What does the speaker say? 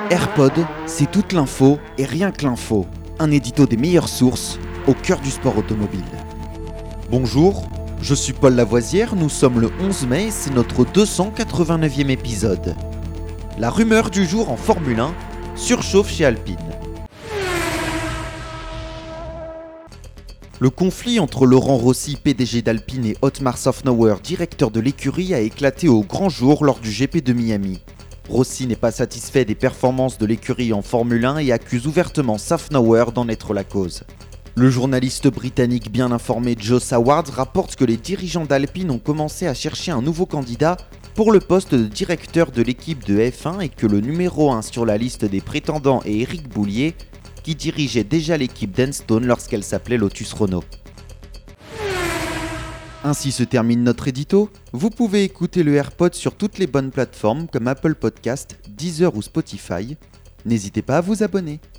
AirPod, c'est toute l'info et rien que l'info. Un édito des meilleures sources au cœur du sport automobile. Bonjour, je suis Paul Lavoisière, nous sommes le 11 mai et c'est notre 289e épisode. La rumeur du jour en Formule 1 surchauffe chez Alpine. Le conflit entre Laurent Rossi, PDG d'Alpine, et Otmar Szafnauer, directeur de l'écurie, a éclaté au grand jour lors du GP de Miami. Rossi n'est pas satisfait des performances de l'écurie en Formule 1 et accuse ouvertement Szafnauer d'en être la cause. Le journaliste britannique bien informé Joe Saward rapporte que les dirigeants d'Alpine ont commencé à chercher un nouveau candidat pour le poste de directeur de l'équipe de F1 et que le numéro 1 sur la liste des prétendants est Éric Boulier, qui dirigeait déjà l'équipe d'Enstone lorsqu'elle s'appelait Lotus Renault. Ainsi se termine notre édito. Vous pouvez écouter le AirPod sur toutes les bonnes plateformes comme Apple Podcast, Deezer ou Spotify. N'hésitez pas à vous abonner.